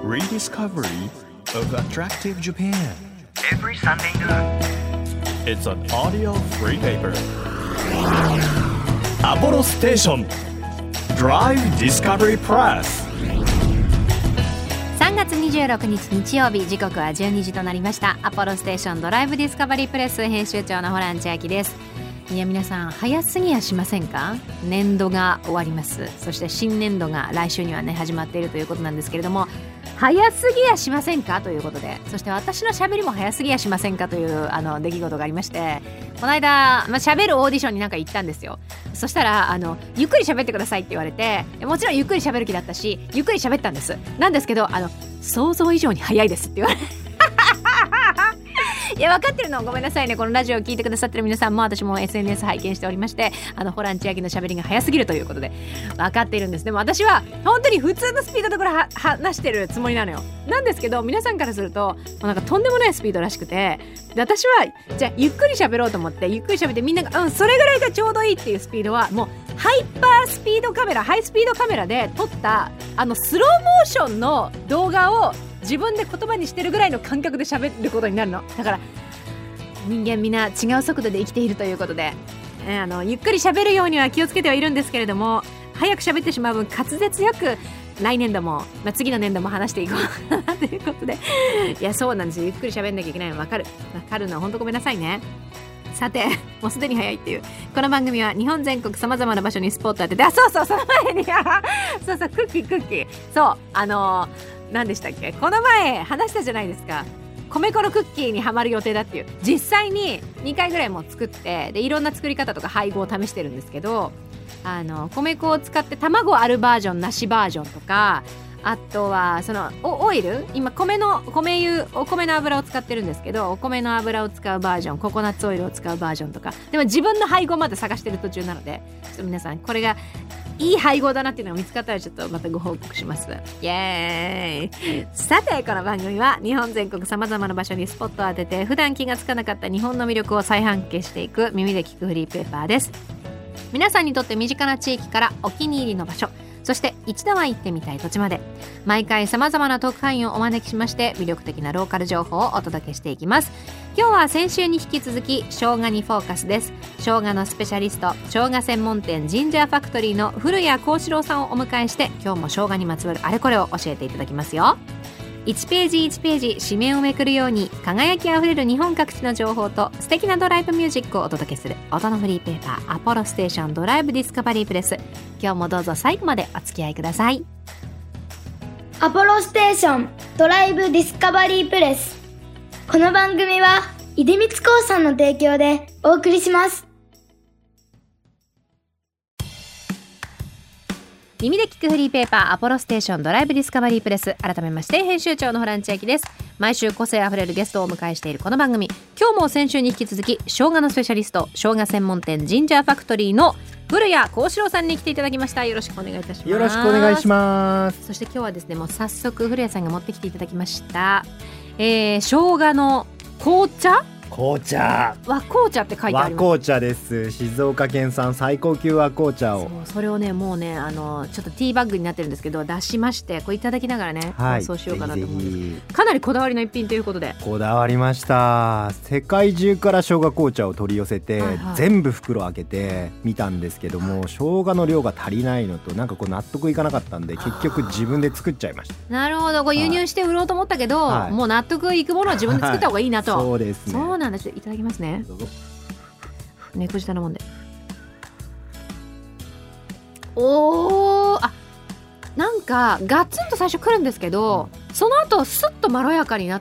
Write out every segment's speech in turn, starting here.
rediscovery of attractive Japan. Every Sunday noon. It's an audio free paper. Apollo Station Drive Discovery Press。 3月26日日曜日、時刻は12時となりました。アポロステーションドライブディスカバリープレス編集長のホラン千秋です。いや皆さん早すぎやしませんか？年度が終わります。そして新年度が来週にはね始まっているということなんですけれども、早すぎやしませんかということで、そして私の喋りも早すぎやしませんかという出来事がありまして、この間、喋るオーディションになんか行ったんですよ。そしたらゆっくり喋ってくださいって言われて、もちろんゆっくり喋る気だったしゆっくり喋ったんです。なんですけど想像以上に早いですって言われていや分かってるのごめんなさいね。このラジオを聞いてくださってる皆さんも、私も SNS 拝見しておりまして、ホラン千秋の喋りが早すぎるということで分かっているんです。でも私は本当に普通のスピードでこれ話してるつもりなのよ。なんですけど皆さんからするともうなんかとんでもないスピードらしくて、で私はじゃあゆっくり喋ろうと思ってゆっくり喋って、みんながそれぐらいがちょうどいいっていうスピードはもうハイパースピードカメラ、ハイスピードカメラで撮ったスローモーションの動画を自分で言葉にしてるぐらいの感覚で喋ることになるの。だから人間みんな違う速度で生きているということで、ゆっくり喋るようには気をつけてはいるんですけれども、早く喋ってしまう分滑舌よく来年度も、次の年度も話していこうということで、いやそうなんですよ。ゆっくり喋んなきゃいけないの分かるのは本当ごめんなさいね。さてもうすでに早いっていう、この番組は日本全国さまざまな場所にスポット当てて、そうその前にそうクッキーそう何でしたっけ、この前話したじゃないですか。米粉のクッキーにはまる予定だっていう、実際に2回ぐらいも作って、でいろんな作り方とか配合を試してるんですけど、米粉を使って卵あるバージョンなしバージョンとか、あとはそのオイル、今お米の油を使ってるんですけど、お米の油を使うバージョン、ココナッツオイルを使うバージョンとか、でも自分の配合まで探してる途中なので、ちょっと皆さんこれがいい配合だなっていうのが見つかったらちょっとまたご報告します。イエーイ。さてこの番組は日本全国さまざまな場所にスポットを当てて、普段気がつかなかった日本の魅力を再発見していく耳で聞くフリーペーパーです。皆さんにとって身近な地域からお気に入りの場所、そして一度は行ってみたい土地まで、毎回さまざまな特派員をお招きしまして魅力的なローカル情報をお届けしていきます。今日は先週に引き続き生姜にフォーカスです。生姜のスペシャリスト、生姜専門店ジンジャーファクトリーの古谷幸四郎さんをお迎えして、今日も生姜にまつわるあれこれを教えていただきますよ。1ページ1ページ紙面をめくるように輝きあふれる日本各地の情報と素敵なドライブミュージックをお届けする音のフリーペーパー、アポロステーションドライブディスカバリープレス。今日もどうぞ最後までお付き合いください。 アポロステーションドライブディスカバリープレス。この番組は出光興産の提供でお送りします。 耳で聞くフリーペーパー、アポロステーションドライブディスカバリープレス。改めまして編集長のホラン千秋です。毎週個性あふれるゲストをお迎えしているこの番組、今日も先週に引き続き生姜のスペシャリスト、生姜専門店ジンジャーファクトリーの古谷幸四郎さんに来ていただきました。よろしくお願いいたします。 よろしくお願いします。 そして今日はですね、もう早速古谷さんが持ってきていただきました、生姜の紅茶、和紅茶って書いてあります。 和紅茶です。静岡県産最高級和紅茶を、 それをねもうねちょっとティーバッグになってるんですけど出しまして、これいただきながらね、そうしようかなと思うんです。ぜひぜひ。かなりこだわりの一品ということで。 こだわりました。世界中から生姜紅茶を取り寄せて、全部袋開けてみたんですけども、生姜の量が足りないのと、なんかこう納得いかなかったんで、結局自分で作っちゃいました。 なるほど。こう輸入して売ろうと思ったけど、もう納得いくものは自分で作った方がいいなと。 そうですね。 そうなんです。いただきますね。猫舌なもんで。なんかガツンと最初くるんですけど、その後スッとまろやかになって、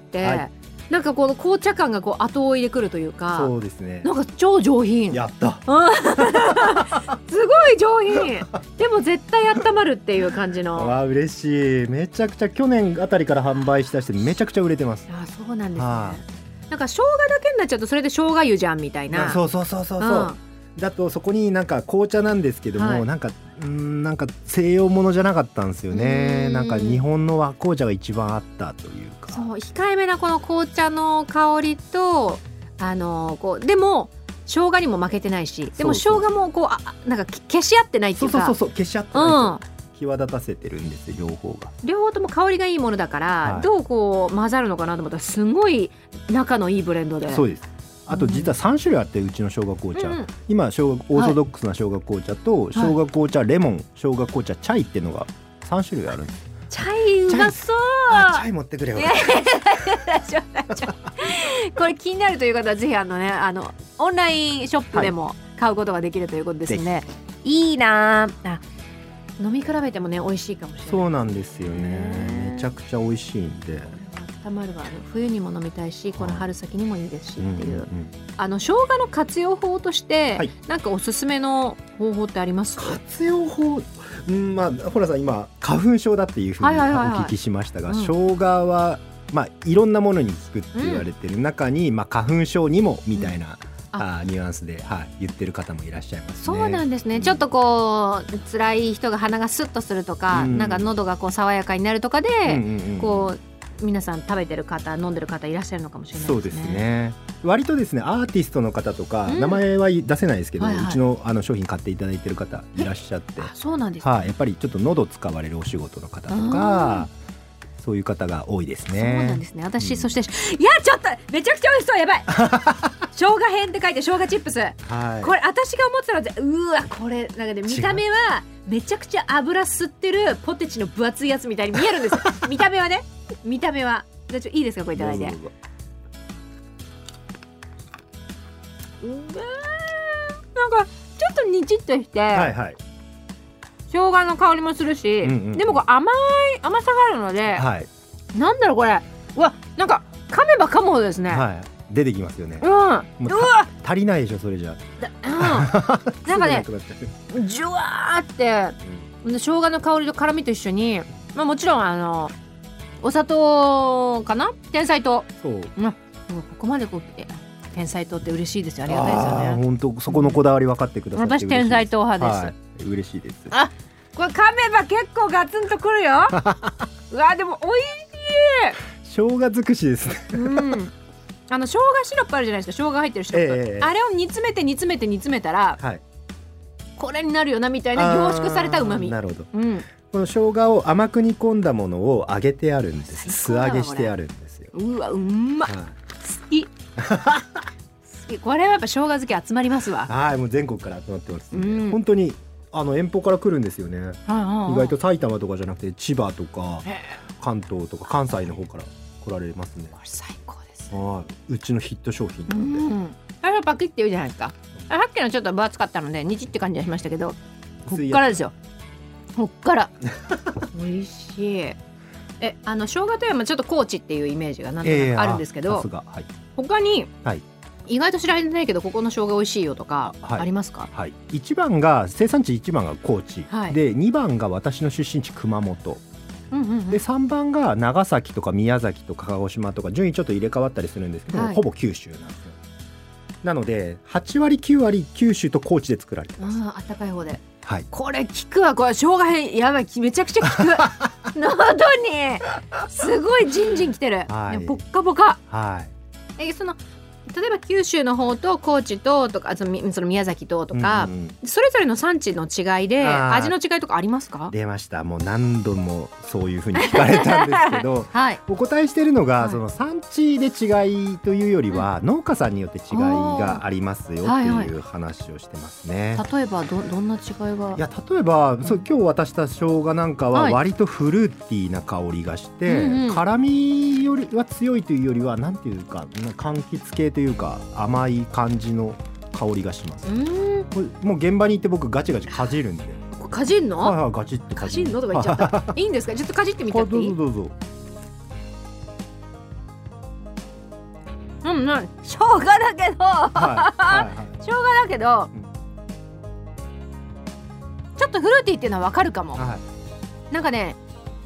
なんかこの紅茶感がこう後追いでくるというか。 そうですね。 なんか超上品。 やったすごい上品。でも絶対温まるっていう感じの。 わあ嬉しい。めちゃくちゃ去年あたりから販売しだしてめちゃくちゃ売れてます。 そうなんですね。なんか生姜だけになっちゃうとそれで生姜湯じゃんみたいな。 そう、だとそこになんか紅茶なんですけども、なんか西洋ものじゃなかったんですよね。なんか日本の和紅茶が一番あったというか、 そう控えめなこの紅茶の香りとこうでも生姜にも負けてないし、でも生姜もこうなんか消し合ってないっていうか、 そう消し合ってない、 際立たせてるんですよ両方が。 両方とも香りがいいものだから、 はいどうこう混ざるのかなと思ったらすごい仲のいいブレンドで。 そうです。あと実は3種類あってうちの生姜紅茶、 うん今オーソドックスな生姜紅茶と生姜紅茶レモン、生姜紅茶チャイっていうのが3種類あるんです。 チャイうまそう。 あ、チャイ持ってくれよ。 これ気になるという方はぜひオンラインショップでも買うことができるということですね。いいなあ。飲み比べてもね美味しいかもしれない。 そうなんですよね。めちゃくちゃ美味しいんで。 温まるわ。冬にも飲みたいしこの春先にもいいですしっていう。 ん生姜の活用法として、 はいなんかおすすめの方法ってあります？ 活用法、まあホラさん今花粉症だっていうふうにお聞きしましたが、生姜はまあいろんなものに効くって言われてる中に、まあ花粉症にもみたいな、ニュアンスで、言ってる方もいらっしゃいますね。 そうなんですね。ちょっとこう辛い人が鼻がスッとするとか、なんか喉がこう爽やかになるとかで、こう皆さん食べてる方飲んでる方いらっしゃるのかもしれないですね。 そうですね。割とですねアーティストの方とか、名前は出せないですけど、うちの商品買っていただいてる方いらっしゃって、 そうなんですか。 やっぱりちょっっと喉使われるお仕事の方とかそういう方が多いですね。 そうなんですね。私、そしていやちょっとめちゃくちゃ美味しそう。やばい生姜編って書いて生姜チップス、これ私が思ってたのでこれなんかね見た目はめちゃくちゃ油吸ってるポテチの分厚いやつみたいに見えるんですよ見た目はね。見た目はじゃあいいですかこれいただいて。なんかちょっとにちっとして、生姜の香りもするし、でもこう甘さがあるので、なんだろうこれ、なんか噛めば噛むほどですね、 出てきますよね。足りないでしょそれじゃ。 なんかねジュワーって、生姜の香りと辛みと一緒に、もちろんお砂糖かな、甜菜糖。そう、ここまでこう甜菜糖って嬉しいですよ。ありがたいですよね。本当そこのこだわり分かってくださって私甜菜糖派です。 嬉しいです。 これ噛めば結構ガツンとくるよでも美味しい。 生姜尽くしですね。 生姜シロップあるじゃないですか。生姜入ってるシロップ、あれを煮詰めたら、これになるよなみたいな凝縮された旨味。なるほど。 この生姜を甘く煮込んだものを揚げてあるんです。素揚げしてあるんですよ。 うんま、好きこれはやっぱ生姜漬け集まりますわ。 もう全国から集まってます、本当に遠方から来るんですよね。意外と埼玉とかじゃなくて千葉とか関東とか関西の方から来られますね。 これ最高です。 うちのヒット商品なので。 あれパキって言うじゃないですか。さっきのちょっと分厚かったのでにちって感じがしましたけど、こっからですよ。こっから美味しい。生姜といえばちょっと高知っていうイメージがなんとなくあるんですけど、他に意外と知られてないけどここの生姜美味しいよとかありますか？ 1番が生産地1番が高知、で2番が私の出身地熊本、で3番が長崎とか宮崎とか鹿児島とか順位ちょっと入れ替わったりするんですけど、ほぼ九州なんですよ。なので8割9割九州と高知で作られてます。 あったかい方で。これ効くわ。これ生姜編やばい、めちゃくちゃ効く喉にすごいジンジンきてる、ポッカポカ。例えば九州の方と高知とかその宮崎とか、それぞれの産地の違いで味の違いとかありますか？ 出ました。もう何度もそういうふうに聞かれたんですけど、お答えしているのが、その産地で違いというよりは、農家さんによって違いがありますよっていう話をしてますね。 例えばどんな違いが？ 例えば今日渡した生姜なんかは割とフルーティーな香りがして、辛みよりは強いというよりはなんていうか柑橘系というか甘い感じの香りがします。もう現場に行って僕ガチガチかじるんで。 かじんの？ ガチってかじんのとか言っちゃったいいんですか？ちょっとかじってみていい？ どうぞ。 生姜だけど生姜だけど、ちょっとフルーティーっていうのは分かるかも。なんかね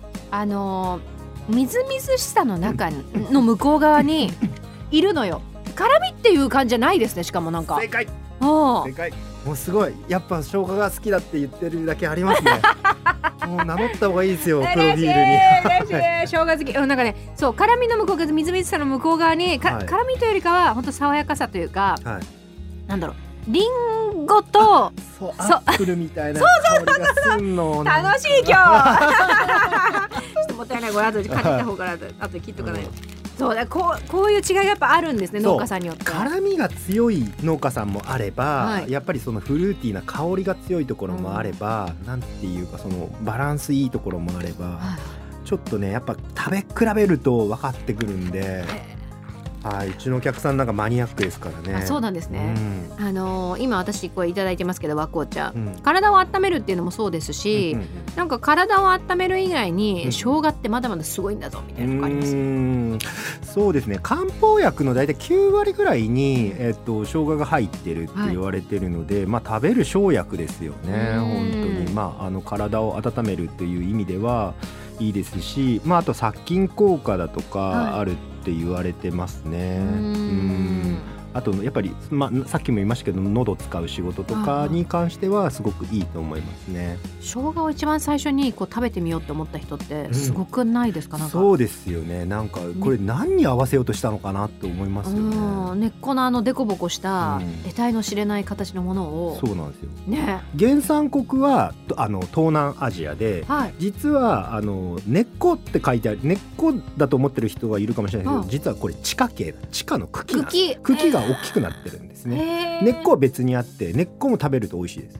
みずみずしさの中の向こう側にいるのよ。辛みっていう感じじゃないですね。しかもなんか正解。もうすごい。やっぱ生姜が好きだって言ってるだけありますねもう名乗った方がいいですよプロフィールに。 生姜好き。なんかね、そう辛みの向こう側、みずみずしさの向こう側に辛みというよりかは本当爽やかさというか、なんだろう、リンゴことそうアップルみたいな香りがすんの。 楽しい今日ちょっともったいない。これ後で借りた方から後で切っとかないと。そうだ、こういう違いがやっぱあるんですね、農家さんによって。 辛みが強い農家さんもあれば、やっぱりそのフルーティーな香りが強いところもあれば、なんていうかそのバランスいいところもあれば、ちょっとねやっぱ食べ比べると分かってくるんで、はい、うちのお客さんなんかマニアックですからね。 そうなんですね、今私これいただいてますけど和紅茶、体を温めるっていうのもそうですし、なんか体を温める以外に生姜ってまだまだすごいんだぞみたいなのがあります。 そうですね、漢方薬の大体9割ぐらいに、生姜が入ってるって言われてるので、食べる生薬ですよね。本当に、体を温めるという意味ではいいですし、あと殺菌効果だとかあるって言われてますね。あとやっぱり、さっきも言いましたけど喉使う仕事とかに関してはすごくいいと思いますね。 生姜を一番最初にこう食べてみようって思った人ってすごくないですか？なんかそうですよね。なんかこれ何に合わせようとしたのかなって思いますよね。 根っこのデコボコした得体の知れない形のものを、 そうなんですよ、 ね、 原産国は東南アジアで、実は根っこって書いてある、根っこだと思ってる人がいるかもしれないけど、実はこれ地下茎の茎なんです。茎が大きくなってるんですね。根っこは別にあって、根っこも食べると美味しいです。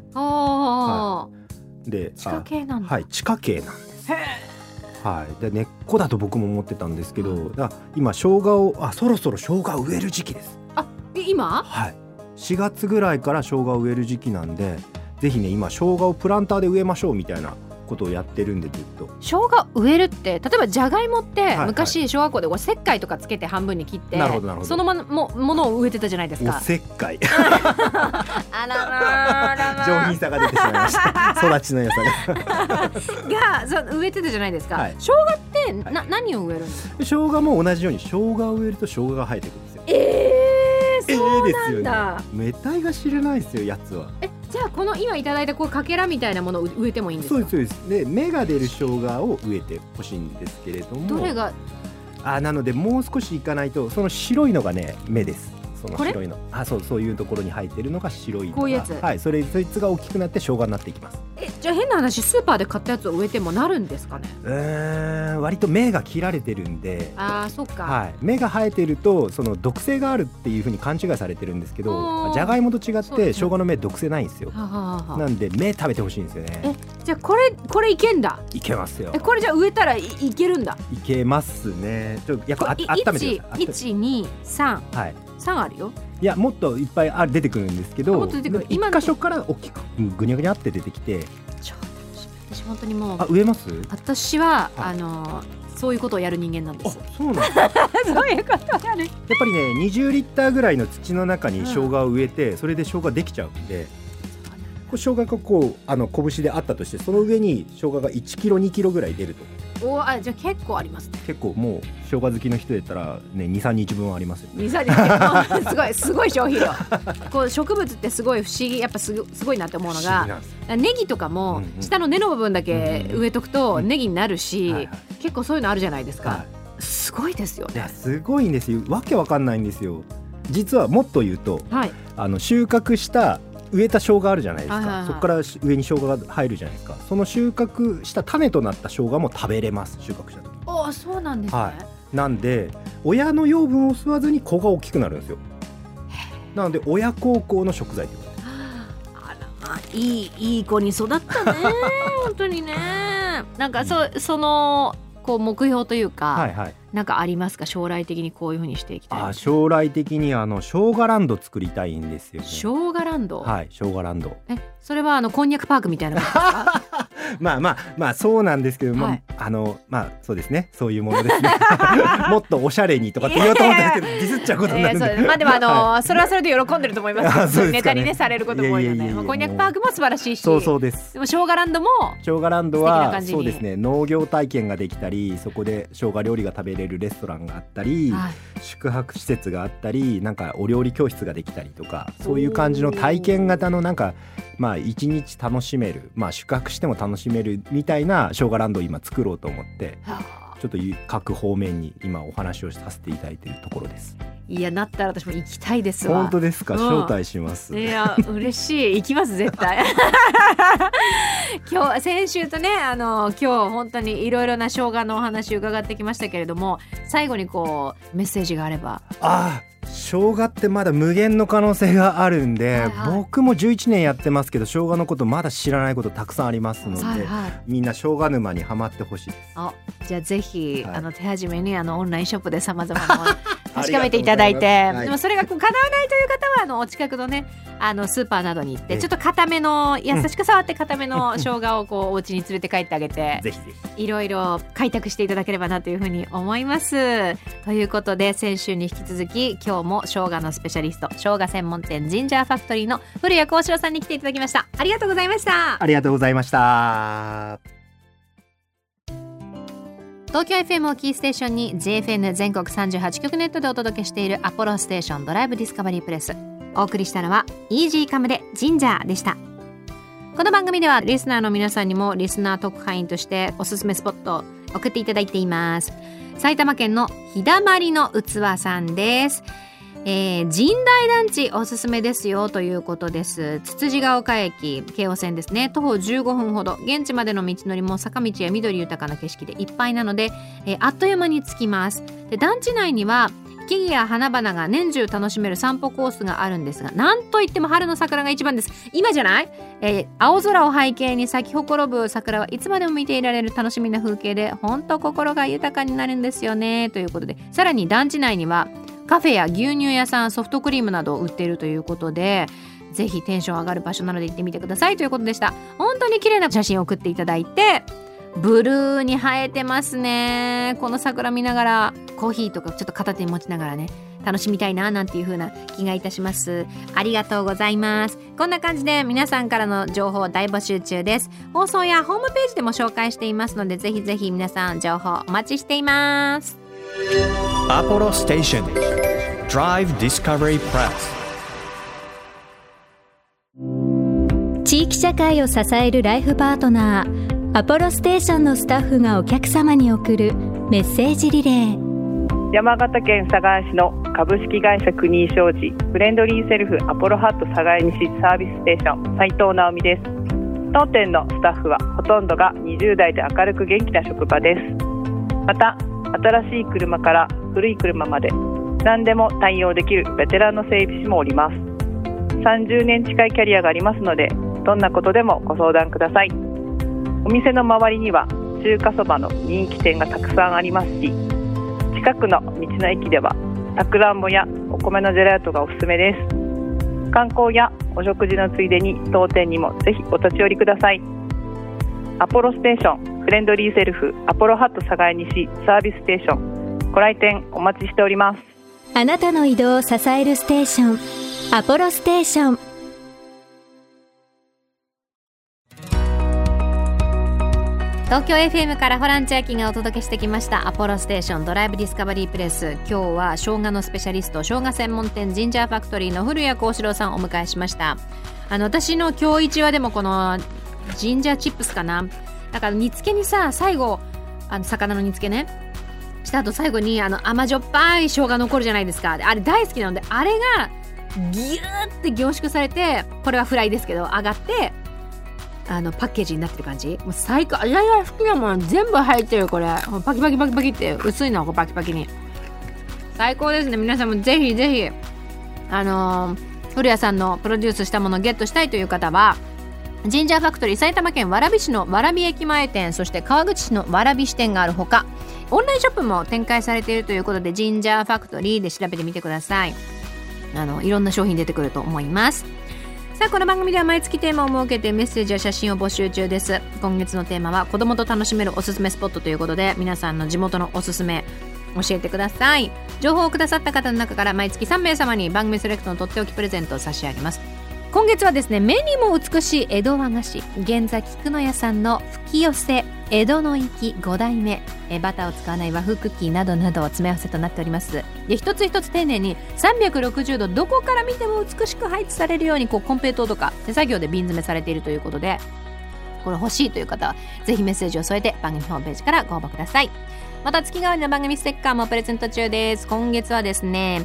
で、 地下茎なんだ。 はい、地下茎なんです。はい、で根っこだと僕も思ってたんですけど、今生姜をそろそろ生姜を植える時期です。 今？ はい、4月ぐらいから生姜を植える時期なんで、ぜひね今生姜をプランターで植えましょうみたいなことをやってるんで、ずっと生姜植えるって、例えばじゃがいもって昔小学校でこう石灰とかつけて半分に切って、そのものを植えてたじゃないですか。 お石灰あら上品さが出てしまいました育ちの良さが植えてたじゃないですか。生姜って何を植えるんですか？ 生姜も同じように生姜を植えると生姜が生えてくるんですよ。 そうなんだ。 めたいが知れないですよ、やつは。 じゃあこの今いただいたこうかけらみたいなものを植えてもいいんですか？ そうです。で芽が出る生姜を植えてほしいんですけれども、 どれがなのでもう少しいかないと、その白いのがね芽です。その白いの、そういうところに生えてるのが白いのが、 こういうやつ、 はい、そいつが大きくなって生姜になっていきます。 じゃあ変な話、スーパーで買ったやつを植えてもなるんですかね？ 割と芽が切られてるんで、 そっか、 はい、芽が生えてるとその毒性があるっていう風に勘違いされてるんですけど、じゃがいもと違って生姜の芽毒性ないんですよ。なんで芽食べてほしいんですよね。 じゃあこれいけんだ？ いけますよ。 これじゃあ植えたらいけるんだ？ いけますね。ちょっとやっぱ温めてください。 1、2、3、 はい、 3あるよ。 いや、もっといっぱい出てくるんですけど、1箇所から大きくぐにゃぐにゃって出てきて、 超楽しみ。私本当にもう植えます？ 私はそういうことをやる人間なんです。 そうなんですか。 そういうことをやる。 やっぱりね、20リッターぐらいの土の中に生姜を植えて、それで生姜できちゃうんで、生姜がこう拳であったとして、その上に生姜が1キロ2キロぐらい出ると。 じゃあ結構ありますね。 結構もう生姜好きの人だったらね、 2,3 日分はありますよ。 2,3 日すごい消費量。こう植物ってすごい不思議、やっぱすごいなって思うのが、ネギとかも下の根の部分だけ植えとくとネギになるし、結構そういうのあるじゃないですか。すごいですよね。 いや、すごいんですよ。わけわかんないんですよ。実はもっと言うと、収穫した植えた生姜あるじゃないですか、そこから上に生姜が入るじゃないですか。その収穫した種となった生姜も食べれます、収穫した時。 そうなんですね。 なんで親の養分を吸わずに子が大きくなるんですよ。なので親孝行の食材ってことです。 いい子に育ったね本当にね。なんかそのこう目標というか、なんかありますか？将来的にこういう風にしていきたい。 将来的に生姜ランド作りたいんですよね。 生姜ランド？ はい、生姜ランド。 それはこんにゃくパークみたいなことですか？ まあそうなんですけど、そうですね、そういうものですね。もっとおしゃれにとかって言おうと思ったんですけど、ディスっちゃうことになるんで。 でもそれはそれで喜んでると思いますよ。ネタにねされることも多いので、こんにゃくパークも素晴らしいし、 そうです。 でも生姜ランドはそうですね、農業体験ができたり、そこで生姜料理が食べれるレストランがあったり、宿泊施設があったり、なんかお料理教室ができたりとか、そういう感じの体験型のなんか一日楽しめる、宿泊しても楽しめるみたいな生姜ランドを今作ろうと思って、ちょっと各方面に今お話をさせていただいているところです。 いやなったら私も行きたいですわ。 本当ですか、招待します。 いや嬉しい、行きます絶対今日先週とね今日本当にいろいろな生姜のお話伺ってきましたけれども、最後にこうメッセージがあれば。 生姜ってまだ無限の可能性があるんで、僕も11年やってますけど生姜のことまだ知らないことたくさんありますので、みんな生姜沼にはまってほしいです。 じゃあぜひ、手始めにオンラインショップでさまざまな確かめていただいて、でもそれがこう叶わないという方はお近くのねスーパーなどに行ってちょっと固めの優しく触って固めの生姜をこうお家に連れて帰ってあげてぜひぜひいろいろ開拓していただければなというふうに思います。ということで先週に引き続き今日も生姜のスペシャリスト、生姜専門店ジンジャーファクトリーの古谷幸四郎さんに来ていただきました。ありがとうございました。 ありがとうございました。 東京 FM をキーステーションに JFN 全国38局ネットでお届けしているアポロステーションドライブディスカバリープレス、お送りしたのはイージーカムでジンジャーでした。この番組ではリスナーの皆さんにもリスナー特派員としておすすめスポットを送っていただいています。埼玉県の日だまりの器さんです。神代団地おすすめですよということです。つつじが丘駅京王線ですね、徒歩15分ほど、現地までの道のりも坂道や緑豊かな景色でいっぱいなので、あっという間に着きます。で団地内には木々や花々が年中楽しめる散歩コースがあるんですが、なんといっても春の桜が一番です。今じゃない、青空を背景に咲きほころぶ桜はいつまでも見ていられる楽しみな風景で、本当心が豊かになるんですよねということで、さらに団地内にはカフェや牛乳屋さん、ソフトクリームなどを売っているということで、ぜひテンション上がる場所なので行ってみてくださいということでした。本当に綺麗な写真を送っていただいて、ブルーに映えてますね。この桜見ながらコーヒーとかちょっと片手に持ちながらね楽しみたいななんていう風な気がいたします。ありがとうございます。こんな感じで皆さんからの情報を大募集中です。放送やホームページでも紹介していますので、ぜひぜひ皆さん情報お待ちしています。 アポロステーション Drive Discovery Press。 地域社会を支えるライフパートナーアポロステーションのスタッフがお客様に送るメッセージリレー。 山形県寒河江市の株式会社国井商事フレンドリーセルフアポロハット寒河江西サービスステーション斉藤直美です。当店のスタッフはほとんどが20代で明るく元気な職場です。また新しい車から古い車まで何でも対応できるベテランの整備士もおります。30年近いキャリアがありますので、どんなことでもご相談ください。お店の周りには中華そばの人気店がたくさんありますし、近くの道の駅ではさくらんぼやお米のジェラートがおすすめです。観光やお食事のついでに当店にもぜひお立ち寄りください。アポロステーションフレンドリーセルフアポロハット寒河江西サービスステーション、ご来店お待ちしております。 あなたの移動を支えるステーション、アポロステーション。 東京 FM からホラン千秋がお届けしてきましたアポロステーションドライブディスカバリープレス。今日は生姜のスペシャリスト、生姜専門店ジンジャーファクトリーの古谷幸四郎さんをお迎えしました。私の今日一はでもこのジンジャーチップスかな。だから煮付けにさ、最後魚の煮付けねした後最後に甘じょっぱい生姜残るじゃないですか。あれ大好きなので、あれがギューって凝縮されて、これはフライですけど上がってパッケージになってる感じ、もう最高。いやいや好きなもの全部入ってる。これパキパキパキパキって薄いの、こうパキパキに最高ですね。皆さんもぜひぜひ古谷さんのプロデュースしたものをゲットしたいという方は、ジンジャーファクトリー埼玉県蕨市の蕨駅前店、そして川口市の蕨支店があるほか、オンラインショップも展開されているということで、ジンジャーファクトリーで調べてみてください。いろんな商品出てくると思います。さあ、この番組では毎月テーマを設けてメッセージや写真を募集中です。今月のテーマは子供と楽しめるおすすめスポットということで、皆さんの地元のおすすめ教えてください。情報をくださった方の中から毎月3名様に番組セレクトのとっておきプレゼントを差し上げます。今月はですね、目にも美しい江戸和菓子源崎菊乃屋さんの吹き寄せ江戸の粋5代目、バターを使わない和風クッキーなどなど詰め合わせとなっております。で、一つ一つ丁寧に360度どこから見ても美しく配置されるように、こうコンペイトーとか手作業で瓶詰めされているということで、これ欲しいという方はぜひメッセージを添えて番組ホームページからご応募ください。また月替わりの番組ステッカーもプレゼント中です。今月はですね、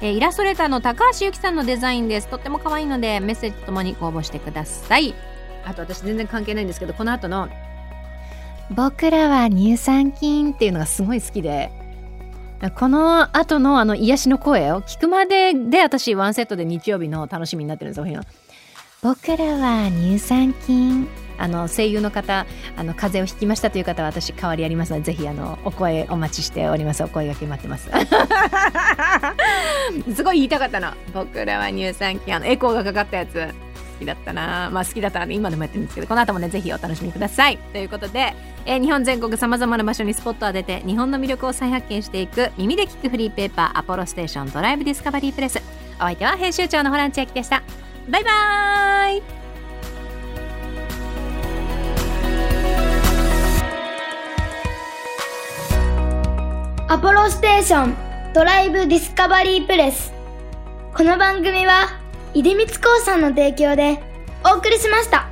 イラストレーターの高橋由紀さんのデザインです。とっても可愛いのでメッセージとともにご応募してください。あと私全然関係ないんですけど、この後の僕らは乳酸菌っていうのがすごい好きで、この後の癒しの声を聞くまでで私ワンセットで日曜日の楽しみになってるんですよ。僕らは乳酸菌、声優の方、風邪をひきましたという方は私代わりやりますので、ぜひお声お待ちしております。お声がけ待ってますすごい言いたかったの。僕らは乳酸菌、エコーがかかったやつ好きだったな。まあ好きだったら、ね、今でもやってるんですけど、この後もねぜひお楽しみください。ということで、日本全国さまざまな場所にスポットを当てて日本の魅力を再発見していく耳で聞くフリーペーパーアポロステーションドライブディスカバリープレス。お相手は編集長のホラン千秋でした。バイバーイ。 アポロステーションドライブディスカバリープレス。この番組は出光興産の提供でお送りしました。